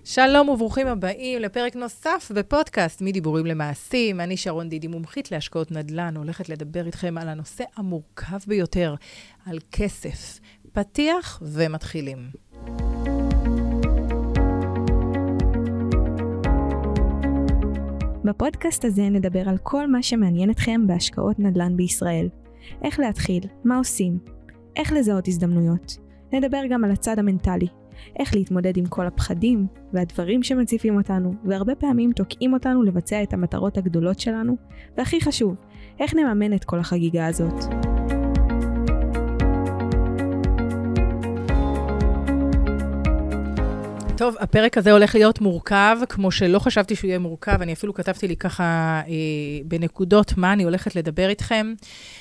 שלום וברוכים הבאים לפרק נוסף בפודקאסט מדיבורים למעשים. אני שרון דידי, מומחית להשקעות נדל"ן, הולכת לדבר איתכם על הנושא המורכב ביותר, על כסף, פתיח ומתחילים. בפודקאסט הזה נדבר על כל מה שמעניין אתכם בהשקעות נדל"ן בישראל. איך להתחיל, מה עושים, איך לזהות הזדמנויות. נדבר גם על הצד המנטלי, איך להתמודד עם כל הפחדים והדברים שמציפים אותנו, והרבה פעמים תוקעים אותנו לבצע את המטרות הגדולות שלנו, והכי חשוב, איך נממן את כל החגיגה הזאת. טוב, הפרק הזה הולך להיות מורכב, כמו שלא חשבתי שהוא יהיה מורכב, אני אפילו כתבתי לי ככה בנקודות מה אני הולכת לדבר איתכם,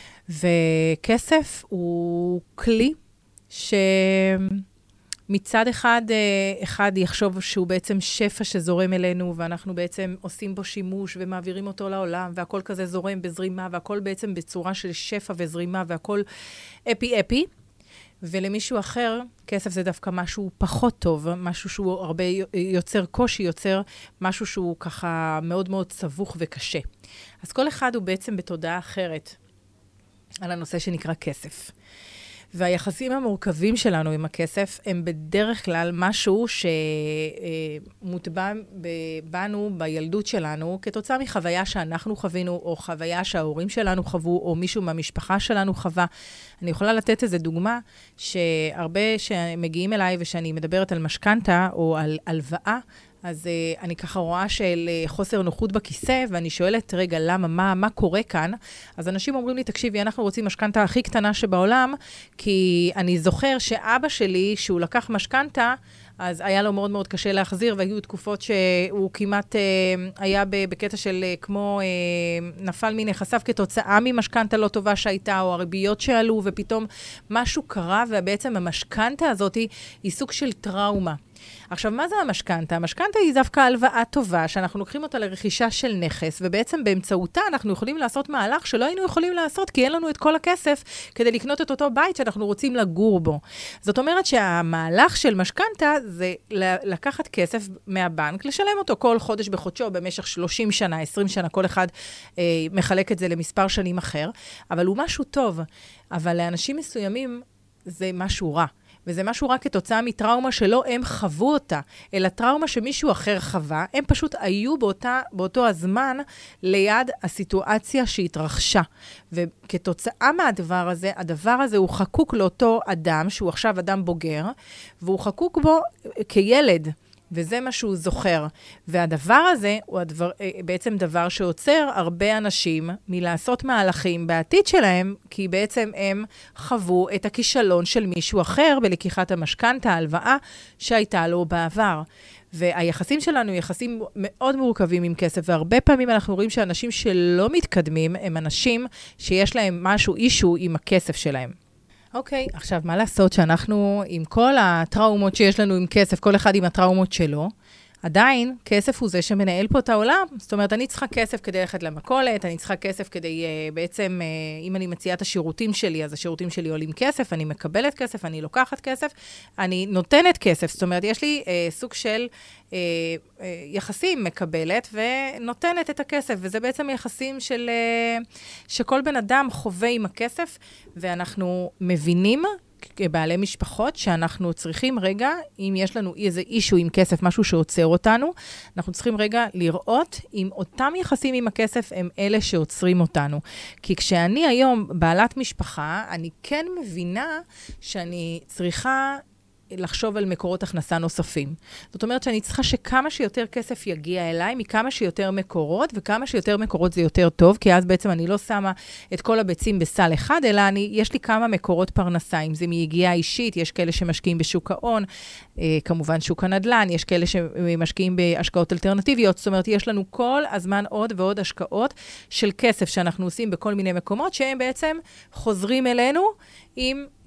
וכסף הוא כלי מצד אחד יחשוב שהוא בעצם שפע שזורם אלינו, ואנחנו בעצם עושים בו שימוש ומעבירים אותו לעולם, והכל כזה זורם בזרימה, והכל בעצם בצורה של שפע וזרימה, והכל אפי. ולמישהו אחר, כסף זה דווקא משהו פחות טוב, משהו שהוא הרבה יוצר קושי, יוצר משהו שהוא ככה מאוד מאוד סבוך וקשה. אז כל אחד הוא בעצם בתודעה אחרת על הנושא שנקרא כסף. והיחסים המורכבים שלנו עם הכסף הם בדרך כלל משהו שמוטבע בנו בילדות שלנו, כתוצאה מחוויה שאנחנו חווינו, או חוויה שההורים שלנו חוו, או מישהו מהמשפחה שלנו חווה. אני יכולה לתת איזו דוגמה, שהרבה שמגיעים אליי ושאני מדברת על משכנתה או על הלוואה, אז אני ככה רואה של חוסר נוחות בכיסא, ואני שואלת, רגע, למה, מה קורה כאן? אז אנשים אומרים לי, תקשיבי, אנחנו רוצים משכנתה הכי קטנה שבעולם, כי אני זוכר שאבא שלי, שהוא לקח משכנתה, אז היה לו מאוד מאוד קשה להחזיר, והיו תקופות שהוא כמעט היה בקטע של כמו נפל מנכסיו כתוצאה ממשכנתה לא טובה שהייתה, או הריביות שעלו, ופתאום משהו קרה, ובעצם המשכנתה הזאת היא סוג של טראומה. עכשיו, מה זה המשכנתה? המשכנתה היא דווקא הלוואה טובה, שאנחנו לוקחים אותה לרכישה של נכס, ובעצם באמצעותה אנחנו יכולים לעשות מהלך שלא היינו יכולים לעשות, כי אין לנו את כל הכסף כדי לקנות את אותו בית שאנחנו רוצים לגור בו. זאת אומרת שהמהלך של משכנתה זה לקחת כסף מהבנק, לשלם אותו כל חודש בחודשו במשך 30 שנה, 20 שנה, כל אחד מחלק את זה למספר שנים אחר, אבל הוא משהו טוב. אבל לאנשים מסוימים זה משהו רע. וזה משהו רק כתוצאה מטראומה שלא הם חוו אותה, אלא טראומה שמישהו אחר חווה, הם פשוט היו באותו הזמן ליד הסיטואציה שהתרחשה. וכתוצאה מהדבר הזה, הדבר הזה הוא חקוק לאותו אדם, שהוא עכשיו אדם בוגר, והוא חקוק בו כילד. וזה מה שהוא זוכר. והדבר הזה הוא בעצם דבר שעוצר הרבה אנשים מלעשות מהלכים בעתיד שלהם, כי בעצם הם חוו את הכישלון של מישהו אחר בלקיחת המשכנתה, ההלוואה שהייתה לו בעבר. והיחסים שלנו יחסים מאוד מורכבים עם כסף, והרבה פעמים אנחנו רואים שאנשים שלא מתקדמים הם אנשים שיש להם משהו, אישו עם הכסף שלהם. אוקיי, עכשיו מה לעשות שאנחנו עם כל הטראומות שיש לנו עם כסף, כל אחד עם הטראומות שלו, עדיין כסף הוא זה שמנהל פה את העולם. זאת אומרת, אני צריכה כסף כדי ללכת למכולת, אני צריכה כסף כדי בעצם, אם אני מציעה את השירותים שלי, אז השירותים שלי עולים כסף, אני מקבלת כסף, אני לוקחת כסף, אני נותנת כסף. זאת אומרת, יש לי סוג של יחסים מקבלת ונותנת את הכסף, וזה בעצם יחסים שכל בן אדם חווה עם הכסף, ואנחנו מבינים כבעלי משפחות, שאנחנו צריכים רגע, אם יש לנו איזה אישו עם כסף, משהו שעוצר אותנו, אנחנו צריכים רגע לראות אם אותם יחסים עם הכסף הם אלה שעוצרים אותנו. כי כשאני היום בעלת משפחה, אני כן מבינה שאני צריכה לחשוב על מקורות הכנסה נוספים. זאת אומרת שאני צריכה שכמה שיותר כסף יגיע אליי, מכמה שיותר מקורות, וכמה שיותר מקורות זה יותר טוב, כי אז בעצם אני לא שמה את כל הביצים בסל אחד, אלא יש לי כמה מקורות פרנסה. אם זה מיגיעה אישית, יש כאלה שמשקיעים בשוק ההון, כמובן שוק הנדל"ן, יש כאלה שמשקיעים בהשקעות אלטרנטיביות, זאת אומרת, יש לנו כל הזמן עוד ועוד השקעות של כסף שאנחנו עושים בכל מיני מקומות, שהם בעצם חוזרים אלינו עם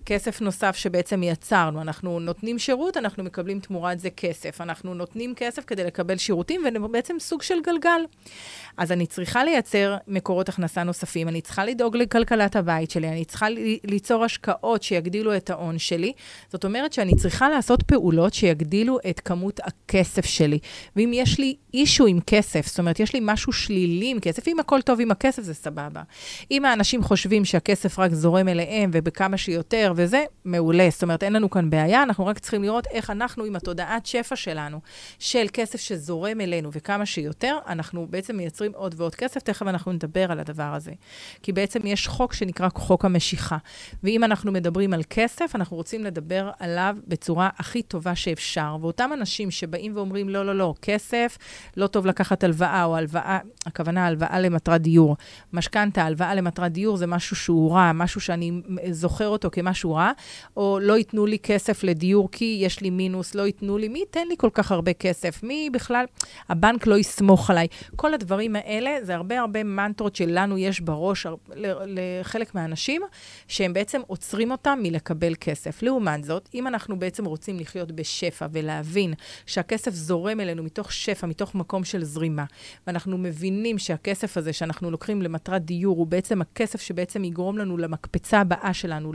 כסף נוסף שבעצם יצרנו. אנחנו נותנים שירות, אנחנו מקבלים תמורת זה כסף. אנחנו נותנים כסף כדי לקבל שירותים, ובעצם סוג של גלגל. אז אני צריכה לייצר מקורות הכנסה נוספים, אני צריכה לדאוג לכלכלת הבית שלי, אני צריכה ליצור השקעות שיגדילו את ההון שלי. זאת אומרת שאני צריכה לעשות פעולות שיגדילו את כמות הכסף שלי. ואם יש לי אישו עם כסף, זאת אומרת, יש לי משהו שלילי עם כסף, אם הכל טוב עם הכסף, זה סבבה. אם האנשים חושבים שהכסף רק זורם אליהם ובכמה שיותר, וזה מעולה. זאת אומרת, אין לנו כאן בעיה, אנחנו רק צריכים לראות איך אנחנו עם התודעת שפע שלנו, של כסף שזורם אלינו וכמה שיותר, אנחנו בעצם מייצרים עוד ועוד כסף. תכף אנחנו נדבר על הדבר הזה. כי בעצם יש חוק שנקרא חוק המשיכה. ואם אנחנו מדברים על כסף, אנחנו רוצים לדבר עליו בצורה הכי טובה שאפשר. ואותם אנשים שבאים ואומרים, לא, לא, לא, כסף, לא טוב לקחת הלוואה, או הלוואה, הכוונה הלוואה למטרת דיור. משכנתה, הלוואה למטרת דיור זה משהו שהוא רע, משהו שאני זוכר אותו כמשהו רע, או לא ייתנו לי כסף לדיור כי יש לי מינוס, לא ייתנו לי, מי ייתן לי כל כך הרבה כסף? מי בכלל? הבנק לא יסמוך עליי. כל הדברים האלה, זה הרבה מנטרות שלנו יש בראש, לחלק מהאנשים, שהם בעצם עוצרים אותם מלקבל כסף. לעומת זאת, אם אנחנו בעצם רוצים לחיות בשפע ולהבין שהכסף זורם אלינו מתוך שפע, מתוך מקום של זרימה, ואנחנו מבינים שהכסף הזה שאנחנו לוקחים למטרת דיור, הוא בעצם הכסף שבעצם יגרום לנו למקפצה הבאה שלנו,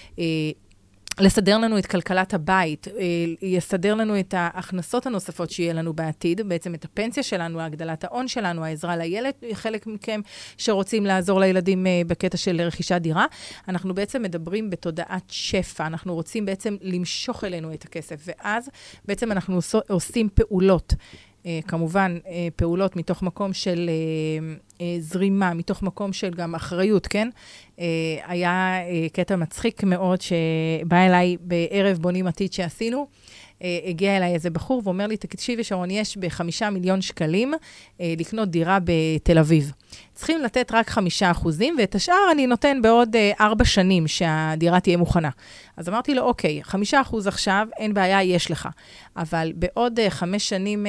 לסדר לנו את כלכלת הבית, יסדר לנו את ההכנסות הנוספות שיהיה לנו בעתיד, בעצם את הפנסיה שלנו, הגדלת ההון שלנו, העזרה לילד, חלק מכם שרוצים לעזור לילדים בקטע של רכישת דירה. אנחנו בעצם מדברים בתודעת שפע, אנחנו רוצים בעצם למשוך אלינו את הכסף, ואז בעצם אנחנו עושים פעולות, כמובן פעולות מתוך מקום של זרימה, מתוך מקום של גם אחריות, כן? היה קטע מצחיק מאוד שבא אליי בערב בונים עתיד שעשינו, הגיע אליי איזה בחור ואומר לי, תקשיבי שרון, יש ב5 מיליון שקלים לקנות דירה בתל אביב. צריכים לתת רק 5%, ואת השאר אני נותן בעוד 4 שנים שהדירה תהיה מוכנה. אז אמרתי לו, אוקיי, 5% עכשיו, אין בעיה, יש לך. אבל בעוד 5 שנים...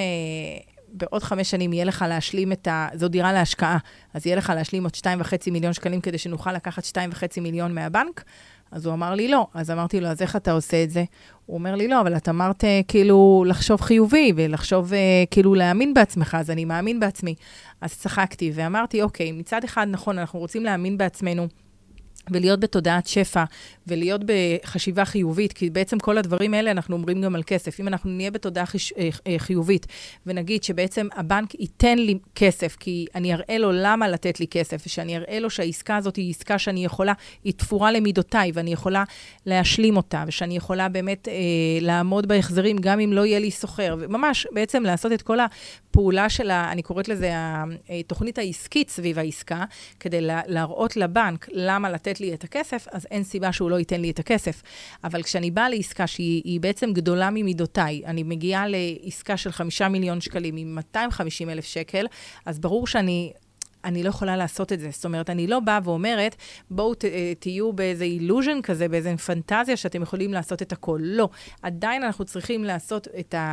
בעוד 5 שנים יהיה לך להשלים זו דירה להשקעה, אז יהיה לך להשלים עוד 2.5 מיליון שקלים כדי שנוכל לקחת 2.5 מיליון מהבנק. אז הוא אמר לי לא. אז אמרתי לו, אז איך אתה עושה את זה? הוא אומר לי לא, אבל את אמרת כאילו לחשוב חיובי ולחשוב כאילו להאמין בעצמך, אז אני מאמין בעצמי. אז צחקתי ואמרתי, אוקיי, מצד אחד נכון, אנחנו רוצים להאמין בעצמנו, ולהיות בתודעת שפע, ולהיות בחשיבה חיובית, כי בעצם כל הדברים האלה אנחנו אומרים גם על כסף. אם אנחנו נהיה בתודעה חיובית, ונגיד שבעצם הבנק ייתן לי כסף, כי אני אראה לו למה לתת לי כסף, ושאני אראה לו שהעסקה הזאת היא עסקה שאני יכולה, היא תפורה למידותיי, ואני יכולה להשלים אותה, ושאני יכולה באמת לעמוד בהחזרים, גם אם לא יהיה לי סוחר, וממש בעצם לעשות את כל הפעולה של אני קוראת לזה, התוכנית העסקית סביב העסקה, כדי להראות לבנק למה לתת לי את הכסף, אז אין סיבה שהוא לא ייתן לי את הכסף. אבל כשאני באה לעסקה שהיא בעצם גדולה ממידותיי, אני מגיעה לעסקה של 5 מיליון שקלים עם 250,000 שקל, אז ברור שאני לא יכולה לעשות את זה. זאת אומרת, אני לא באה ואומרת, בואו תהיו באיזה אילוז'ן כזה, באיזה פנטזיה שאתם יכולים לעשות את הכל. לא. עדיין אנחנו צריכים לעשות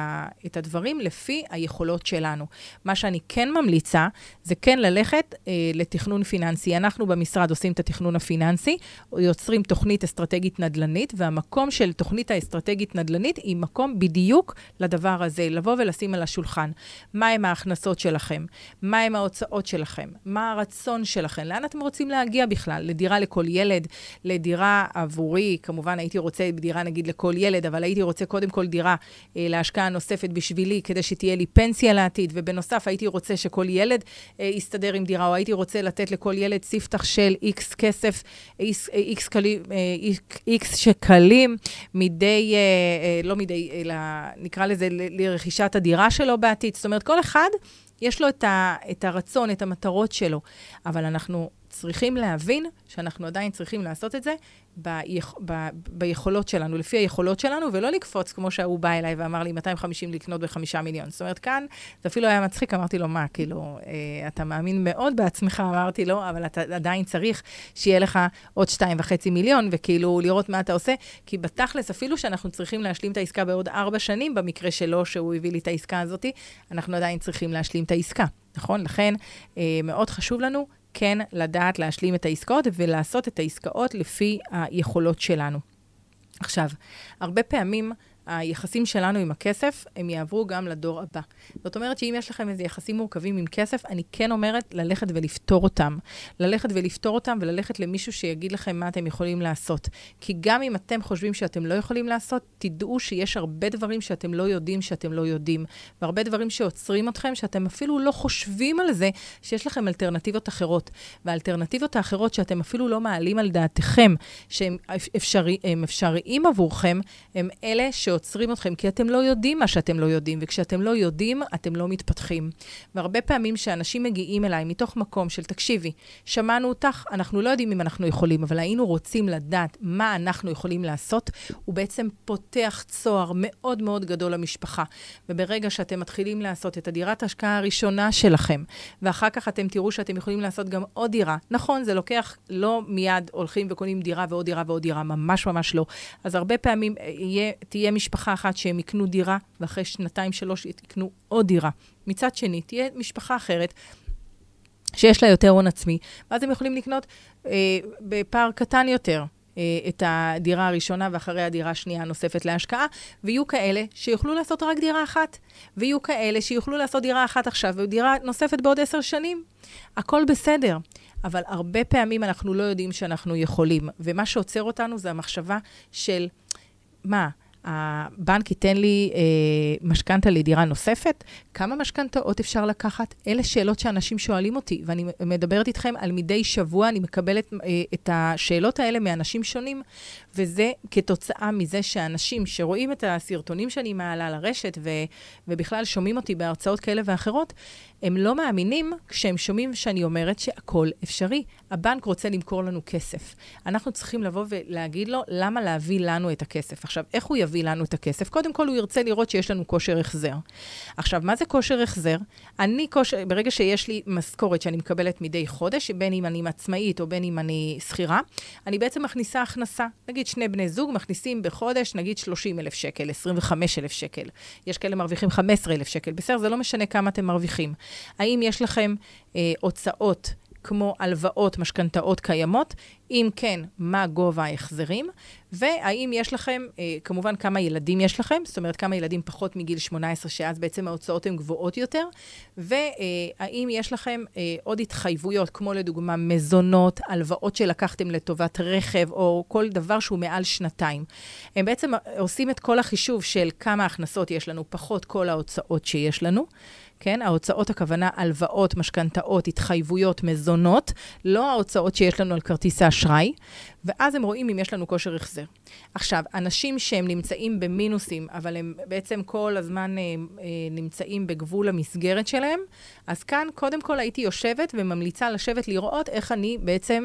את הדברים לפי היכולות שלנו. מה שאני כן ממליצה, זה כן ללכת לתכנון פיננסי. אנחנו במשרד עושים את התכנון הפיננסי, יוצרים תוכנית אסטרטגית נדל"נית, והמקום של תוכנית האסטרטגית נדל"נית היא מקום בדיוק לדבר הזה, לבוא ולשים על השולחן. מה הם ההכנסות שלכם? מה הם ההוצאות שלכם? מה הרצון שלכם? לאן אתם רוצים להגיע בכלל? לדירה לכל ילד, לדירה עבורי, כמובן הייתי רוצה דירה נגיד לכל ילד, אבל הייתי רוצה קודם כל דירה להשקעה נוספת בשבילי, כדי שתהיה לי פנסיה לעתיד, ובנוסף הייתי רוצה שכל ילד יסתדר עם דירה, או הייתי רוצה לתת לכל ילד ספתח של X כסף, X שקלים, מדי, לא מדי, אלא נקרא לזה לרכישת הדירה שלו בעתיד. זאת אומרת, כל אחד יש לו את הרצון, את המטרות שלו, אבל אנחנו צריכים להבין שאנחנו עדיין צריכים לעשות את זה ביכולות שלנו, לפי היכולות שלנו, ולא לקפוץ כמו שהוא בא אליי ואמר לי 250 לקנות ב5 מיליון. זאת אומרת, כאן זה אפילו היה מצחיק, אמרתי לו, מה, כאילו, אתה מאמין מאוד בעצמך, אמרתי לו, אבל אתה עדיין צריך שיהיה לך עוד 2.5 מיליון, וכאילו לראות מה אתה עושה, כי בתכלס, אפילו שאנחנו צריכים להשלים את העסקה בעוד 4 שנים, במקרה שלו, שהוא הביא לי את העסקה הזאת, אנחנו עדיין צריכים להשלים את העסקה, נכון? לכן, מאוד חשוב לנו כן לדעת להשלים את העסקאות ולעשות את העסקאות לפי היכולות שלנו. עכשיו, הרבה פעמים היחסים שלנו עם הכסף, הם יעברו גם לדור הבא. זאת אומרת שאם יש לכם איזה יחסים מורכבים עם כסף, אני כן אומרת ללכת ולפתור אותם. ללכת ולפתור אותם וללכת למישהו שיגיד לכם מה אתם יכולים לעשות. כי גם אם אתם חושבים שאתם לא יכולים לעשות, תדעו שיש הרבה דברים שאתם לא יודעים שאתם לא יודעים. והרבה דברים שעוצרים אתכם, שאתם אפילו לא חושבים על זה, שיש לכם אלטרנטיבות אחרות. והאלטרנטיבות האחרות שאתם אפילו לא מעלים על דעתכם, שהם אפשריים עבורכם, הם אלה שעוצרים אתכם, כי אתם לא יודעים מה שאתם לא יודעים, וכשאתם לא יודעים, אתם לא מתפתחים. והרבה פעמים שאנשים מגיעים אליי מתוך מקום של תקשיבי, שמענו אותך, אנחנו לא יודעים אם אנחנו יכולים, אבל היינו רוצים לדעת מה אנחנו יכולים לעשות, הוא בעצם פותח צוהר מאוד מאוד גדול למשפחה. וברגע שאתם מתחילים לעשות את הדירת ההשקעה הראשונה שלכם, ואחר כך אתם תראו שאתם יכולים לעשות גם עוד דירה. נכון, זה לוקח לא מיד הולכים וקונים דירה ועוד דירה ועוד דירה, ממש ממש לא. אז הרבה פעמים תהיה משפחה אחת שהם יקנו דירה, ואחרי 2-3 יקנו עוד דירה. מצד שני, תהיה משפחה אחרת, שיש לה יותר הון עצמי, ואז הם יכולים לקנות בפער קטן יותר את הדירה הראשונה, ואחרי הדירה השנייה הנוספת להשקעה, ויהיו כאלה שיוכלו לעשות רק דירה אחת, ויהיו כאלה שיוכלו לעשות דירה אחת עכשיו, ודירה נוספת בעוד 10 שנים. הכל בסדר. אבל הרבה פעמים אנחנו לא יודעים שאנחנו יכולים, ומה שעוצר אותנו זה המחשבה של, מה? הבנק ייתן לי משכנתה לדירה נוספת? כמה משכנתאות אפשר לקחת? אלה שאלות שאנשים שואלים אותי, ואני מדברת איתכם על מדי שבוע, אני מקבלת את השאלות האלה מאנשים שונים, וזה כתוצאה מזה שאנשים שרואים את הסרטונים שאני מעלה לרשת, ובכלל שומעים אותי בהרצאות כאלה ואחרות, הם לא מאמינים כשהם שומעים שאני אומרת שהכל אפשרי. הבנק רוצה למכור לנו כסף. אנחנו צריכים לבוא ולהגיד לו למה להביא לנו את הכסף. עכשיו, איך הוא יביא לנו את הכסף? קודם כל, הוא ירצה לראות שיש לנו כושר החזר. עכשיו, מה זה כושר החזר? ברגע שיש לי משכורת שאני מקבלת מדי חודש, בין אם אני עצמאית או בין אם אני שכירה, אני בעצם מכניסה הכנסה. נגיד, 2 בני זוג מכניסים בחודש, נגיד 30,000 שקל, 25,000 שקל. יש כאלה מרוויחים 15,000 שקל. בסדר, זה לא משנה כמה אתם מרוויחים. האם יש לכם הוצאות כמו הלוואות, משכנתאות קיימות? אם כן, מה גובה ההחזרים? והאם יש לכם, כמובן כמה ילדים יש לכם, זאת אומרת כמה ילדים פחות מגיל 18, שאז בעצם ההוצאות הן גבוהות יותר, והאם יש לכם עוד התחייבויות, כמו לדוגמה מזונות, הלוואות שלקחתם לטובת רכב, או כל דבר שהוא מעל 2. הם בעצם עושים את כל החישוב של כמה הכנסות יש לנו, פחות כל ההוצאות שיש לנו, כן? ההוצאות הכוונה, הלוואות, משכנתאות, התחייבויות, מזונות, לא ההוצאות שיש לנו על כרטיס האשראי, ואז הם רואים אם יש לנו כושר החזר. עכשיו, אנשים שהם נמצאים במינוסים, אבל הם בעצם כל הזמן נמצאים בגבול המסגרת שלהם, אז כאן קודם כל הייתי יושבת וממליצה לשבת לראות איך אני בעצם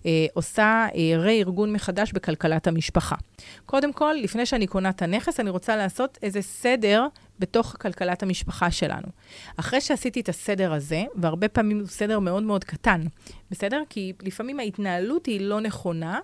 עושה רה-ארגון מחדש בכלכלת המשפחה. קודם כל, לפני שאני קונה את הנכס, אני רוצה לעשות איזה סדר בתוך כלכלת המשפחה שלנו. אחרי שעשיתי את הסדר הזה, והרבה פעמים הוא סדר מאוד מאוד קטן, בסדר? כי לפעמים ההתנהלות היא לא נכונה,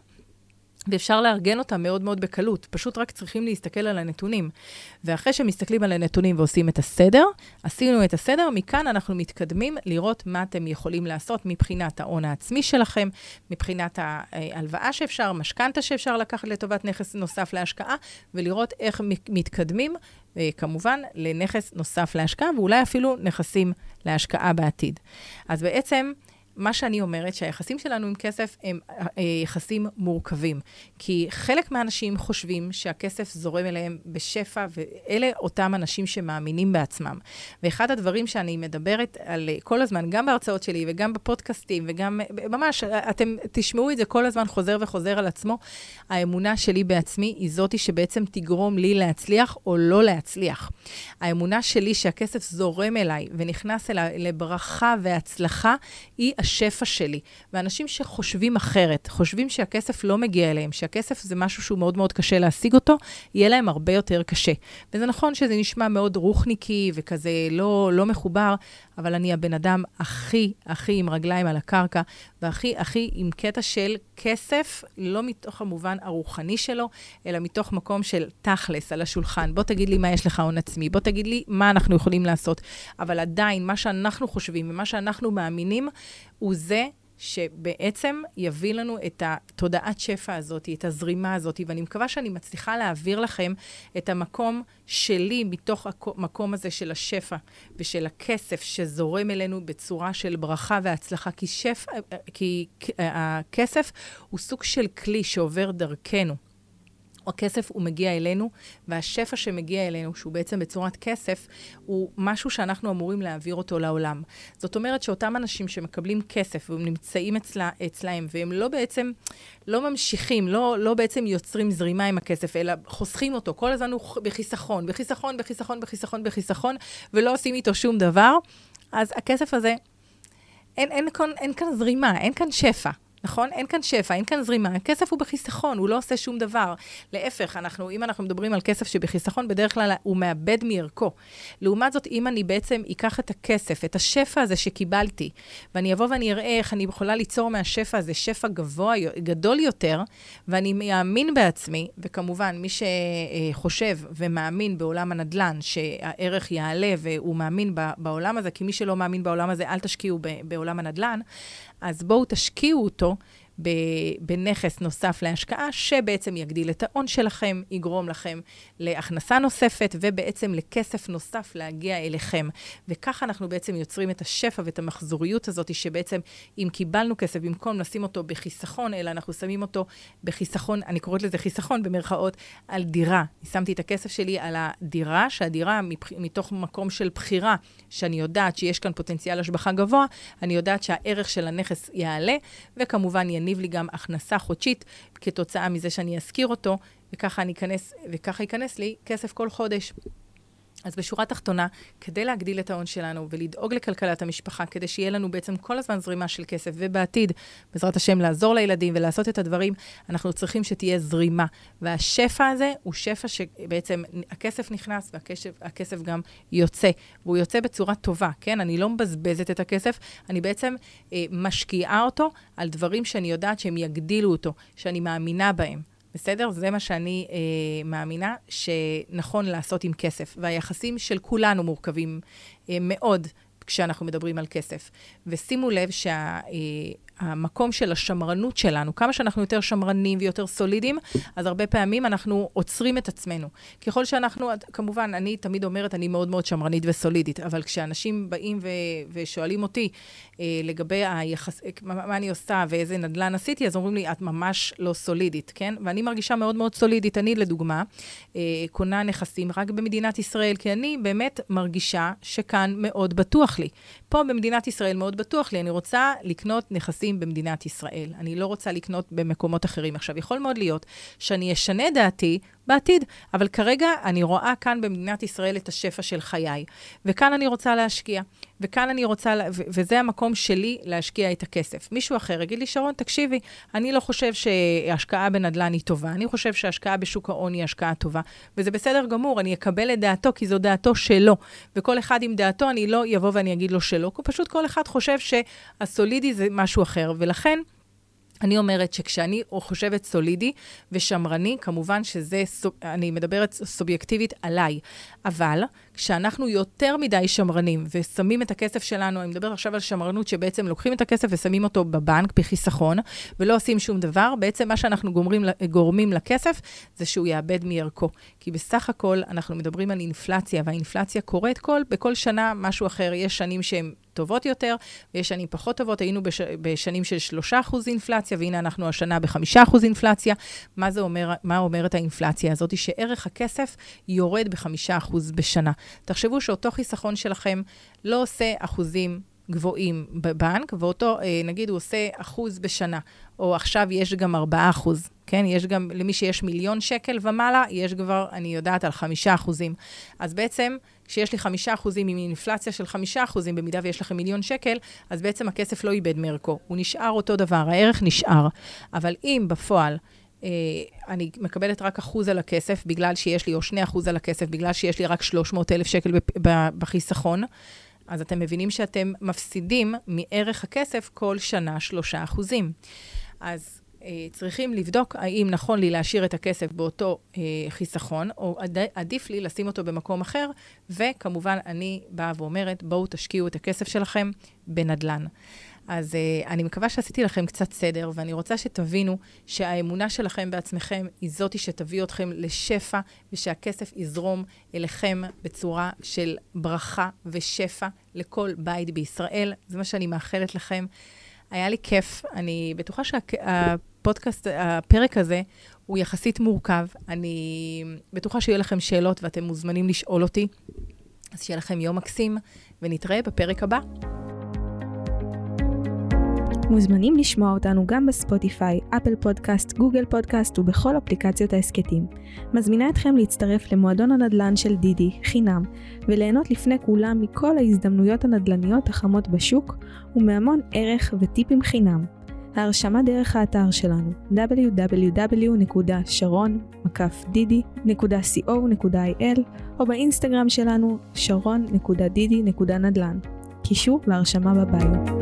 ואפשר לארגן אותה מאוד מאוד בקלות. פשוט רק צריכים להסתכל על הנתונים. ואחרי שמסתכלים על הנתונים ועושים את הסדר, עשינו את הסדר, מכאן אנחנו מתקדמים לראות מה אתם יכולים לעשות מבחינת ההון העצמי שלכם, מבחינת ההלוואה שאפשר, משכנתה שאפשר לקחת לטובת נכס נוסף להשקעה, ולראות איך מתקדמים, כמובן, לנכס נוסף להשקעה, ואולי אפילו נכסים להשקעה בעתיד. אז בעצם, מה שאני אומרת, שהיחסים שלנו עם כסף הם יחסים מורכבים. כי חלק מהאנשים חושבים שהכסף זורם אליהם בשפע, ואלה אותם אנשים שמאמינים בעצמם. ואחד הדברים שאני מדברת על כל הזמן, גם בהרצאות שלי וגם בפודקאסטים, וגם ממש, אתם תשמעו את זה כל הזמן חוזר וחוזר על עצמו, האמונה שלי בעצמי היא זאתי שבעצם תגרום לי להצליח או לא להצליח. האמונה שלי שהכסף זורם אליי ונכנס אליי לברכה והצלחה, היא השפע שלי. ואנשים שחושבים אחרת, חושבים שהכסף לא מגיע אליהם, שהכסף זה משהו שהוא מאוד מאוד קשה להשיג אותו, יהיה להם הרבה יותר קשה. וזה נכון שזה נשמע מאוד רוחניקי וכזה לא מחובר, אבל אני הבן אדם הכי עם רגליים על הקרקע, והכי עם קטע של כסף, לא מתוך המובן הרוחני שלו, אלא מתוך מקום של תכלס על השולחן. בוא תגיד לי מה יש לך הון עצמי, בוא תגיד לי מה אנחנו יכולים לעשות. אבל עדיין, מה שאנחנו חושבים ומה שאנחנו מאמינים, הוא זה שבעצם יביא לנו את התודעת שפע הזאת, את הזרימה הזאת, ואני מקווה שאני מצליחה להעביר לכם את המקום שלי מתוך המקום הזה של השפע ושל הכסף שזורם אלינו בצורה של ברכה והצלחה, כי הכסף הוא סוג של כלי שעובר דרכנו. הכסף הוא מגיע אלינו, והשפע שמגיע אלינו, שהוא בעצם בצורת כסף, הוא משהו שאנחנו אמורים להעביר אותו לעולם. זאת אומרת שאותם אנשים שמקבלים כסף, והם נמצאים אצלהם, והם לא בעצם, לא ממשיכים, לא בעצם יוצרים זרימה עם הכסף, אלא חוסכים אותו, כל הזמן הוא בחיסכון, בחיסכון, בחיסכון, בחיסכון, בחיסכון, ולא עושים איתו שום דבר, אז הכסף הזה, אין כאן זרימה, אין כאן שפע. נכון? אין כאן שפע, אין כאן זרימה. הכסף הוא בחיסכון, הוא לא עושה שום דבר. להפך, אם אנחנו מדברים על כסף שבחיסכון, בדרך כלל הוא מאבד מערכו. לעומת זאת, אם אני בעצם אקח את הכסף, את השפע הזה שקיבלתי, ואני אבוא ואני אראה איך אני יכולה ליצור מהשפע הזה שפע גדול יותר, ואני מאמין בעצמי, וכמובן, מי שחושב ומאמין בעולם הנדל"ן, שהערך יעלה והוא מאמין בעולם הזה, כי מי שלא מאמין בעולם הזה, אל תשקיעו בעולם הנדל"ן, אז בואו תשקיעו אותו בנכס נוסף להשקעה, שבעצם יגדיל את ההון שלכם, יגרום לכם להכנסה נוספת, ובעצם לכסף נוסף להגיע אליכם. וככה אנחנו בעצם יוצרים את השפע ואת המחזוריות הזאת, שבעצם אם קיבלנו כסף, במקום לשים אותו בחיסכון, אלא אנחנו שמים אותו בחיסכון, אני קוראת לזה חיסכון במרכאות, על דירה. אני שמתי את הכסף שלי על הדירה, שהדירה מתוך מקום של בחירה, שאני יודעת שיש כאן פוטנציאל השבחה גבוה, אני יודעת שהערך של הנכס יעלה, וכמובן יניב לי גם הכנסה חודשית, כתוצאה מזה שאני אזכיר אותו, וככה ייכנס לי כסף כל חודש. אז בשורה תחתונה, כדי להגדיל את ההון שלנו ולדאוג לכלכלת המשפחה, כדי שיהיה לנו בעצם כל הזמן זרימה של כסף, ובעתיד, בעזרת השם, לעזור לילדים ולעשות את הדברים, אנחנו צריכים שתהיה זרימה. והשפע הזה הוא שפע שבעצם הכסף נכנס והכסף גם יוצא. והוא יוצא בצורה טובה, כן? אני לא מבזבזת את הכסף, אני בעצם משקיעה אותו על דברים שאני יודעת שהם יגדילו אותו, שאני מאמינה בהם. בסדר? זה מה שאני מאמינה שנכון לעשות עם כסף. והיחסים של כולנו מורכבים מאוד כשאנחנו מדברים על כסף. ושימו לב המקום של השמרנות שלנו, כמה שאנחנו יותר שמרנים ויותר סולידיים, אז הרבה פעמים אנחנו עוצרים את עצמנו. ככל שאנחנו, כמובן, אני תמיד אומרת, אני מאוד מאוד שמרנית וסולידית, אבל כשאנשים באים ושואלים אותי לגבי מה אני עושה ואיזה נדל"ן עשיתי, אז אומרים לי, את ממש לא סולידית, כן? ואני מרגישה מאוד מאוד סולידית. אני, לדוגמה, קונה נכסים רק במדינת ישראל, כי אני באמת מרגישה שכאן מאוד בטוח לי. פה במדינת ישראל מאוד בטוח לי, אני רוצה לקנות נכסים במדינת ישראל. אני לא רוצה לקנות במקומות אחרים. עכשיו, יכול מאוד להיות שאני אשנה דעתי בעתיד, אבל כרגע אני רואה כאן במדינת ישראל את השפע של חיי. וכאן אני רוצה להשקיע. וכאן אני רוצה, וזה המקום שלי להשקיע את הכסף. מישהו אחר יגיד לי, שרון, תקשיבי, אני לא חושב שהשקעה בנדל"ן היא טובה. אני חושב שהשקעה בשוק ההון היא השקעה טובה. וזה בסדר גמור, אני אקבל את דעתו, כי זו דעתו שלו. וכל אחד עם דעתו, אני לא יבוא ואני אגיד לו שלא. פשוט כל אחד חושב שהסולידי זה משהו אחר. ולכן, אני אומרת שכשאני חושבת סולידי ושמרני, כמובן שזה, אני מדברת סובייקטיבית עליי, אבל כשאנחנו יותר מדי שמרנים ושמים את הכסף שלנו, אני מדברת עכשיו על שמרנות שבעצם לוקחים את הכסף ושמים אותו בבנק, בחיסכון, ולא עושים שום דבר, בעצם מה שאנחנו גורמים לכסף זה שהוא יאבד מערכו. כי בסך הכל אנחנו מדברים על אינפלציה, והאינפלציה קורית בכל שנה משהו אחר. יש שנים שהן טובות יותר, ויש שנים פחות טובות. היינו בשנים של 3% אינפלציה, והנה אנחנו השנה ב5% אינפלציה. מה אומרת האינפלציה הזאת? שערך הכסף יורד ב5% בשנה. תחשבו שאותו חיסכון שלכם לא עושה אחוזים גבוהים בבנק, ואותו, נגיד, הוא עושה 1% בשנה, או עכשיו יש גם 4%, כן? יש גם, למי שיש 1,000,000 שקל ומעלה, יש כבר, אני יודעת, על 5%. אז בעצם, כשיש לי 5% עם אינפלציה של 5%, במידה ויש לכם 1,000,000 שקל, אז בעצם הכסף לא איבד מערכו. הוא נשאר אותו דבר, הערך נשאר. אבל אם בפועל, אני מקבלת רק 1% על הכסף, בגלל שיש לי, או 2% על הכסף, בגלל שיש לי רק 300,000 שקל בחיסכון, אז אתם מבינים שאתם מפסידים מערך הכסף כל שנה 3%. אז צריכים לבדוק האם נכון לי להשאיר את הכסף באותו חיסכון, או עדיף לי לשים אותו במקום אחר, וכמובן אני באה ואומרת, בואו תשקיעו את הכסף שלכם בנדל"ן. אז אני מקווה שעשיתי לכם קצת סדר, ואני רוצה שתבינו שהאמונה שלכם בעצמכם היא זאתי שתביא אתכם לשפע, ושהכסף יזרום אליכם בצורה של ברכה ושפע לכל בית בישראל. זה מה שאני מאחלת לכם. היה לי כיף. אני בטוחה שהפודקאסט, הפרק הזה, הוא יחסית מורכב. אני בטוחה שיהיו לכם שאלות ואתם מוזמנים לשאול אותי. אז שיהיה לכם יום מקסים, ונתראה בפרק הבא. מוזמנים לשמוע אותנו גם בספוטיפיי, אפל פודקאסט, גוגל פודקאסט ובכל אפליקציות העסקתים. מזמינה אתכם להצטרף למועדון הנדל"ן של דידי, חינם, וליהנות לפני כולם מכל ההזדמנויות הנדל"ניות החמות בשוק, ומהמון ערך וטיפים חינם. ההרשמה דרך האתר שלנו www.sharon-didi.co.il או באינסטגרם שלנו sharon.didi.nadlan. קישור להרשמה בביו.